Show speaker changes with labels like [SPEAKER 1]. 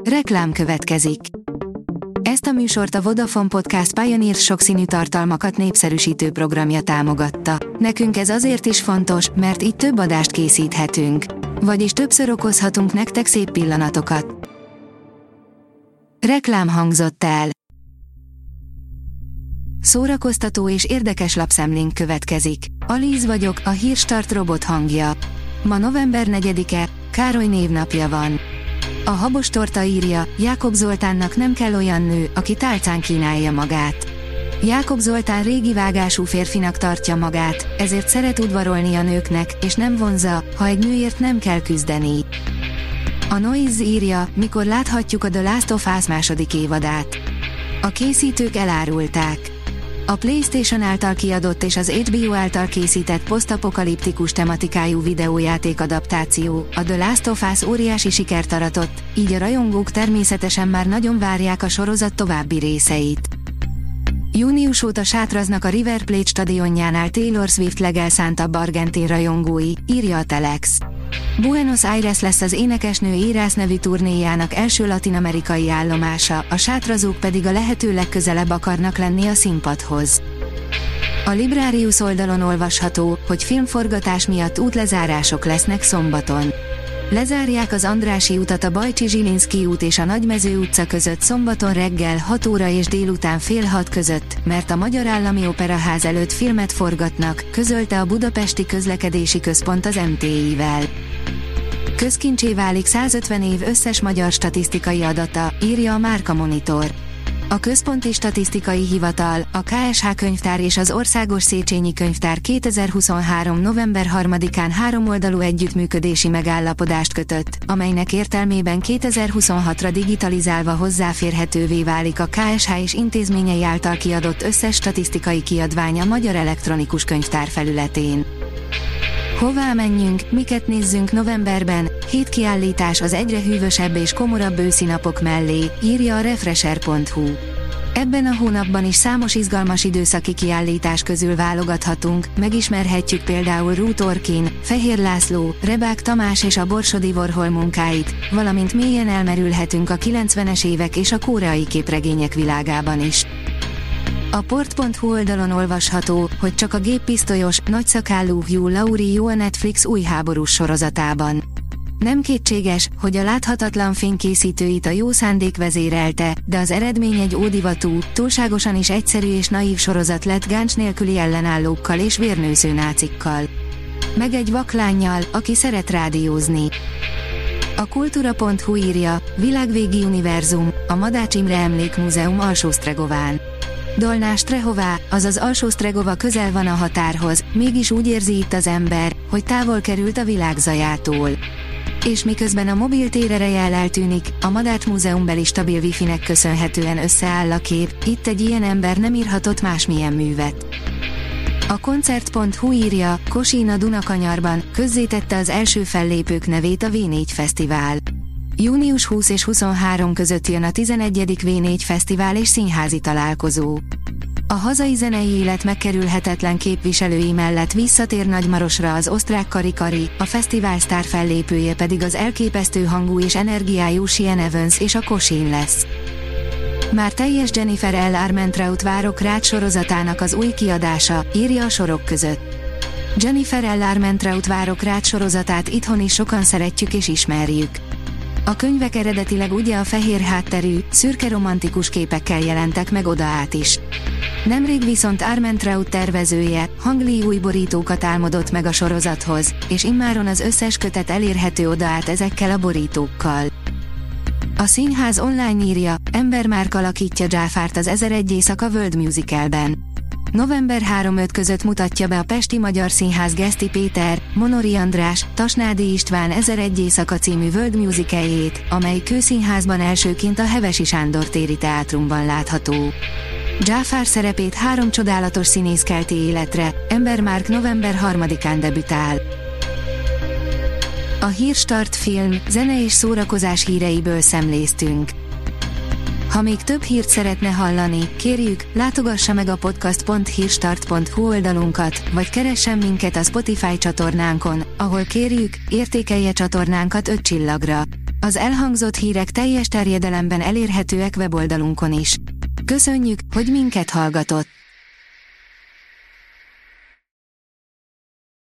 [SPEAKER 1] Reklám következik. Ezt a műsort a Vodafone Podcast Pioneer sokszínű tartalmakat népszerűsítő programja támogatta. Nekünk ez azért is fontos, mert így több adást készíthetünk. Vagyis többször okozhatunk nektek szép pillanatokat. Reklám hangzott el. Szórakoztató és érdekes lapszemlénk következik. Alíz vagyok, a Hírstart robot hangja. Ma november 4-e, Károly névnapja van. A Habos Torta írja, Jákob Zoltánnak nem kell olyan nő, aki tálcán kínálja magát. Jákob Zoltán régi vágású férfinak tartja magát, ezért szeret udvarolni a nőknek, és nem vonzza, ha egy nőért nem kell küzdeni. A Noise írja, mikor láthatjuk a The Last of Us második évadát. A készítők elárulták. A PlayStation által kiadott és az HBO által készített posztapokaliptikus tematikájú videójáték adaptáció, a The Last of Us óriási sikert aratott, így a rajongók természetesen már nagyon várják a sorozat további részeit. Június óta sátraznak a River Plate stadionjánál Taylor Swift legelszántabb argentin rajongói, írja a Telex. Buenos Aires lesz az énekesnő Eras nevű turnéjának első latin-amerikai állomása, a sátrazók pedig a lehető legközelebb akarnak lenni a színpadhoz. A Librarius oldalon olvasható, hogy filmforgatás miatt útlezárások lesznek szombaton. Lezárják az Andrássy utat a Bajcsy-Zsilinszky út és a Nagymező utca között szombaton reggel 6 óra és délután fél 6 között, mert a Magyar Állami Operaház előtt filmet forgatnak, közölte a Budapesti Közlekedési Központ az MTI-vel. Közkincsé válik 150 év összes magyar statisztikai adata, írja a Márka Monitor. A Központi Statisztikai Hivatal, a KSH könyvtár és az Országos Széchenyi Könyvtár 2023. november 3-án háromoldalú együttműködési megállapodást kötött, amelynek értelmében 2026-ra digitalizálva hozzáférhetővé válik a KSH és intézményei által kiadott összes statisztikai kiadvány a Magyar Elektronikus Könyvtár felületén. Hová menjünk, miket nézzünk novemberben? 7 kiállítás az egyre hűvösebb és komorabb őszi napok mellé, írja a Refresher.hu. Ebben a hónapban is számos izgalmas időszaki kiállítás közül válogathatunk, megismerhetjük például Ruth Orkin, Fehér László, Rebák Tamás és a Borsodi Warhol munkáit, valamint mélyen elmerülhetünk a 90-es évek és a koreai képregények világában is. A port.hu oldalon olvasható, hogy csak a géppisztolyos, nagyszakállú Hugh Laurie jó a Netflix új háborús sorozatában. Nem kétséges, hogy a láthatatlan fénykészítőit a jó szándék vezérelte, de az eredmény egy ódivatú, túlságosan is egyszerű és naív sorozat lett gáncs nélküli ellenállókkal és vérnőző nácikkal. Meg egy vaklánnyal, aki szeret rádiózni. A kultúra.hu írja, világvégi univerzum, a Madács Imre Emlékmúzeum Alsó-Sztregován. Dolná Strehová, azaz Alsó-Sztregova közel van a határhoz, mégis úgy érzi itt az ember, hogy távol került a világ zajától. És miközben a mobil térereje eltűnik, a Madács Múzeumbeli stabil wifi-nek köszönhetően összeáll a kép, itt egy ilyen ember nem írhatott másmilyen művet. A koncert.hu írja, Kosin a Dunakanyarban, közzétette az első fellépők nevét a V4 Fesztivál. Június 20 és 23 között jön a 11. V4 Fesztivál és színházi találkozó. A hazai zenei élet megkerülhetetlen képviselői mellett visszatér Nagymarosra az osztrák Kari-Kari, a fesztivál sztár fellépője pedig az elképesztő hangú és energiájú Sian Evans és a Kosin lesz. Már teljes Jennifer L. Armentrout várok rád sorozatának az új kiadása, írja a sorok között. Jennifer L. Armentrout várok rád sorozatát itthon is sokan szeretjük és ismerjük. A könyvek eredetileg ugye a fehér hátterű, szürke romantikus képekkel jelentek meg oda át is. Nemrég viszont Armentrout tervezője, Hangli új borítókat álmodott meg a sorozathoz, és immáron az összes kötet elérhető oda át ezekkel a borítókkal. A Színház online írja, Ember Márk alakítja Dzsáfárt az 1001 éjszaka World Musicalben. November 3-5 között mutatja be a Pesti Magyar Színház Geszti Péter, Monori András, Tasnádi István 1001 éjszaka című World Musicaljét, amely Kőszínházban elsőként a Hevesi Sándor téri teátrumban látható. Dzsáfár szerepét 3 csodálatos színész kelti életre, Ember Márk november 3-án debütál. A Hírstart film, zene és szórakozás híreiből szemléztünk. Ha még több hírt szeretne hallani, kérjük, látogassa meg a podcast.hírstart.hu oldalunkat, vagy keressen minket a Spotify csatornánkon, ahol kérjük, értékelje csatornánkat 5 csillagra. Az elhangzott hírek teljes terjedelemben elérhetőek weboldalunkon is. Köszönjük, hogy minket hallgatott!